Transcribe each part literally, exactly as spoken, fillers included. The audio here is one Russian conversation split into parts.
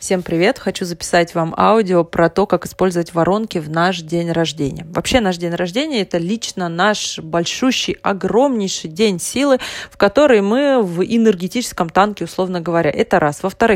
Всем привет! Хочу записать вам аудио про то, как использовать воронки в наш день рождения. Вообще наш день рождения – это лично наш большущий, огромнейший день силы, в который мы в энергетическом танке, условно говоря. Это раз. Во-вторых,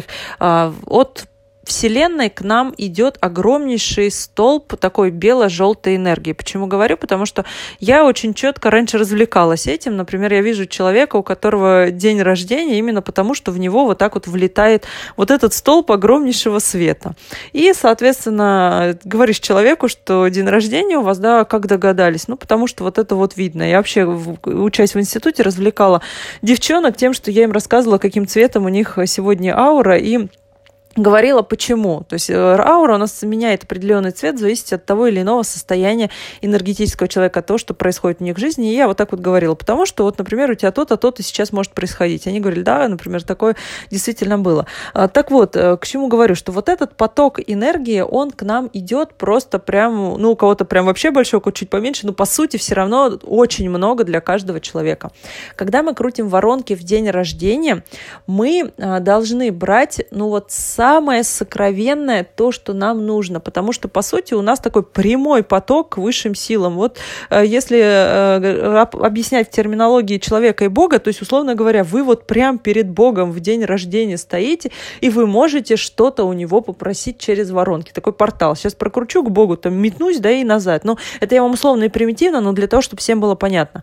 от Вселенной к нам идет огромнейший столб такой бело-желтой энергии. Почему говорю? Потому что я очень четко раньше развлекалась этим. Например, я вижу человека, у которого день рождения, именно потому, что в него вот так вот влетает вот этот столб огромнейшего света. И, соответственно, говоришь человеку, что день рождения у вас, да, как догадались? Ну, потому что вот это вот видно. Я вообще, учась в институте, развлекала девчонок тем, что я им рассказывала, каким цветом у них сегодня аура, и говорила, почему. То есть аура у нас меняет определенный цвет в зависимости от того или иного состояния энергетического человека, то, что происходит у них в жизни. И я вот так вот говорила, потому что вот, например, у тебя то-то, то-то сейчас может происходить. Они говорили, да, например, такое действительно было. Так вот, к чему говорю, что вот этот поток энергии, он к нам идет просто прям, ну, у кого-то прям вообще большой, у кого-то чуть поменьше, но по сути все равно очень много для каждого человека. Когда мы крутим воронки в день рождения, мы должны брать, ну, вот сам самое сокровенное, то, что нам нужно, потому что, по сути, у нас такой прямой поток к высшим силам. Вот если э, объяснять в терминологии человека и Бога, то есть, условно говоря, вы вот прям перед Богом в день рождения стоите, и вы можете что-то у него попросить через воронки. Такой портал. Сейчас прокручу к Богу, там метнусь, да, и назад. Ну, это я вам условно и примитивно, но для того, чтобы всем было понятно.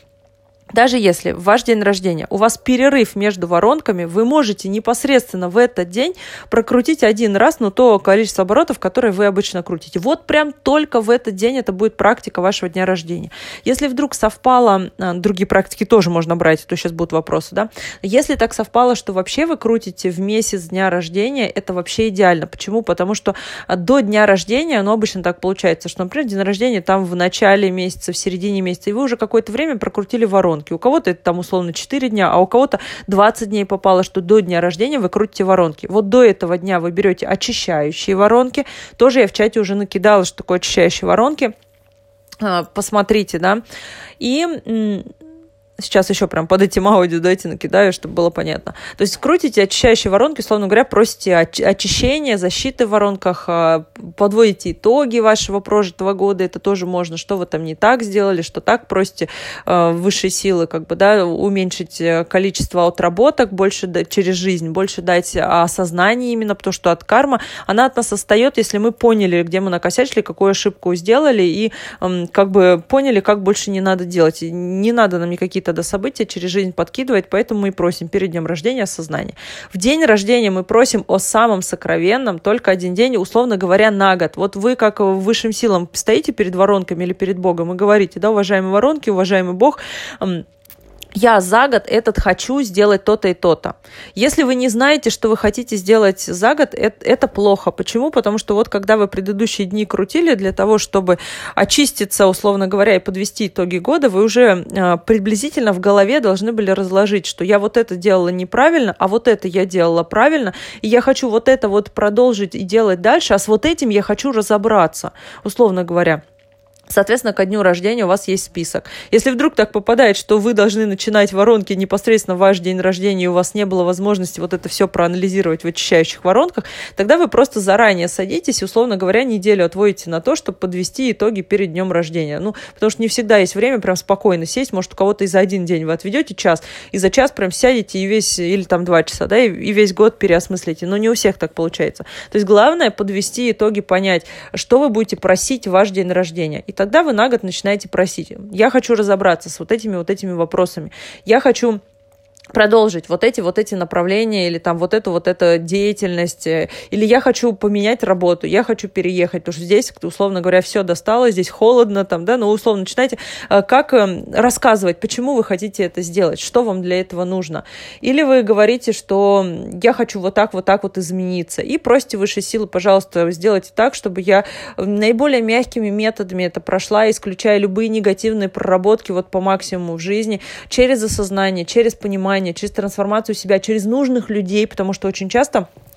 Даже если в ваш день рождения у вас перерыв между воронками, вы можете непосредственно в этот день прокрутить один раз, но то количество оборотов, которое вы обычно крутите. Вот прям только в этот день это будет практика вашего дня рождения. Если вдруг совпало, другие практики тоже можно брать, то сейчас будут вопросы, да? Если так совпало, что вообще вы крутите в месяц дня рождения, это вообще идеально. Почему? Потому что до дня рождения, ну, обычно так получается, что, например, день рождения там в начале месяца, в середине месяца, и вы уже какое-то время прокрутили воронки. У кого-то это там условно четыре дня, а у кого-то двадцать дней попало, что до дня рождения вы крутите воронки. Вот до этого дня вы берете очищающие воронки. Тоже я в чате уже накидала, что такое очищающие воронки. Посмотрите, да. И сейчас еще прям под этим аудио дайте накидаю, чтобы было понятно. То есть крутите очищающие воронки, условно говоря, просите очищения, защиты в воронках, подводите итоги вашего прожитого года, это тоже можно, что вы там не так сделали, что так, просите высшие силы, как бы, да, уменьшить количество отработок, больше дать через жизнь, больше дать осознания именно, потому что от карма, она от нас отстает, если мы поняли, где мы накосячили, какую ошибку сделали, и как бы поняли, как больше не надо делать. Не надо нам никакие тогда события через жизнь подкидывать, поэтому мы и просим перед днем рождения осознания. В день рождения мы просим о самом сокровенном, только один день, условно говоря, на год. Вот вы как высшим силам стоите перед воронками или перед Богом и говорите, да, уважаемые воронки, уважаемый Бог, я за год этот хочу сделать то-то и то-то. Если вы не знаете, что вы хотите сделать за год, это, это плохо. Почему? Потому что вот когда вы предыдущие дни крутили для того, чтобы очиститься, условно говоря, и подвести итоги года, вы уже э, приблизительно в голове должны были разложить, что я вот это делала неправильно, а вот это я делала правильно, и я хочу вот это вот продолжить и делать дальше, а с вот этим я хочу разобраться, условно говоря. Соответственно, ко дню рождения у вас есть список. Если вдруг так попадает, что вы должны начинать воронки непосредственно в ваш день рождения, и у вас не было возможности вот это все проанализировать в очищающих воронках, тогда вы просто заранее садитесь и, условно говоря, неделю отводите на то, чтобы подвести итоги перед днем рождения. Ну, потому что не всегда есть время прям спокойно сесть. Может, у кого-то и за один день вы отведете час, и за час прям сядете и весь, или там два часа, да, и, и весь год переосмыслите. Но не у всех так получается. То есть главное подвести итоги, понять, что вы будете просить в ваш день рождения. И тогда вы на год начинаете просить. Я хочу разобраться с вот этими вот этими вопросами. Я хочу продолжить вот эти вот эти направления или там вот эту вот эту деятельность, или я хочу поменять работу, я хочу переехать, потому что здесь, условно говоря, все достало, здесь холодно, там, да, ну, условно, начинайте, как рассказывать, почему вы хотите это сделать, что вам для этого нужно. Или вы говорите, что я хочу вот так, вот так вот измениться, и просите высшие силы, пожалуйста, сделайте так, чтобы я наиболее мягкими методами это прошла, исключая любые негативные проработки вот по максимуму в жизни, через осознание, через понимание, через трансформацию себя, через нужных людей, потому что очень часто к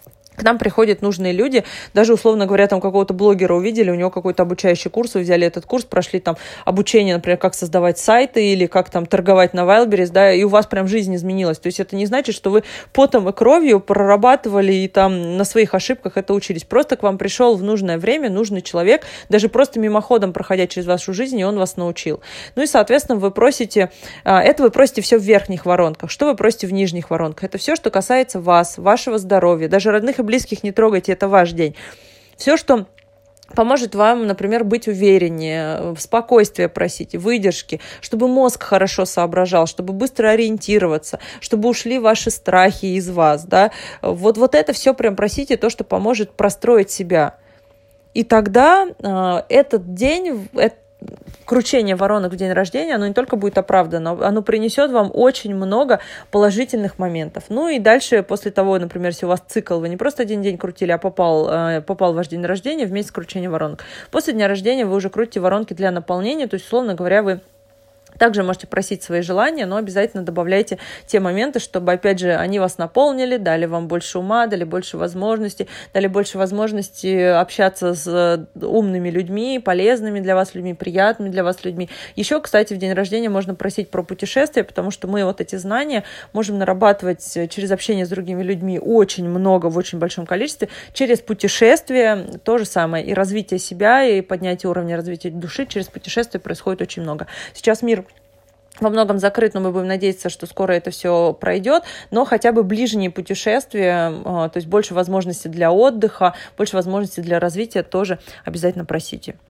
нам приходят нужные люди, даже, условно говоря, там какого-то блогера увидели, у него какой-то обучающий курс, вы взяли этот курс, прошли там обучение, например, как создавать сайты или как там торговать на Wildberries, да, и у вас прям жизнь изменилась. То есть это не значит, что вы потом и кровью прорабатывали и там на своих ошибках это учились. Просто к вам пришел в нужное время нужный человек, даже просто мимоходом проходя через вашу жизнь, и он вас научил. Ну и, соответственно, вы просите, это вы просите все в верхних воронках. Что вы просите в нижних воронках? Это все, что касается вас, вашего здоровья, даже родных и близких не трогайте, это ваш день. Все, что поможет вам, например, быть увереннее, в спокойствии просите, выдержки, чтобы мозг хорошо соображал, чтобы быстро ориентироваться, чтобы ушли ваши страхи из вас, да. Вот, вот это все прям просите, то, что поможет простроить себя. И тогда э, этот день, это кручение воронок в день рождения, оно не только будет оправдано, оно принесет вам очень много положительных моментов. Ну и дальше, после того, например, если у вас цикл, вы не просто один день крутили, а попал, попал ваш день рождения вместе с кручением воронок. После дня рождения вы уже крутите воронки для наполнения, то есть, условно говоря, вы также можете просить свои желания, но обязательно добавляйте те моменты, чтобы, опять же, они вас наполнили, дали вам больше ума, дали больше возможностей, дали больше возможностей общаться с умными людьми, полезными для вас людьми, приятными для вас людьми. Еще, кстати, в день рождения можно просить про путешествия, потому что мы вот эти знания можем нарабатывать через общение с другими людьми очень много, в очень большом количестве, через путешествия то же самое. И развитие себя, и поднятие уровня развития души через путешествия происходит очень много. Сейчас мир во многом закрыт, но мы будем надеяться, что скоро это все пройдет, но хотя бы ближние путешествия, то есть больше возможностей для отдыха, больше возможностей для развития тоже обязательно просите.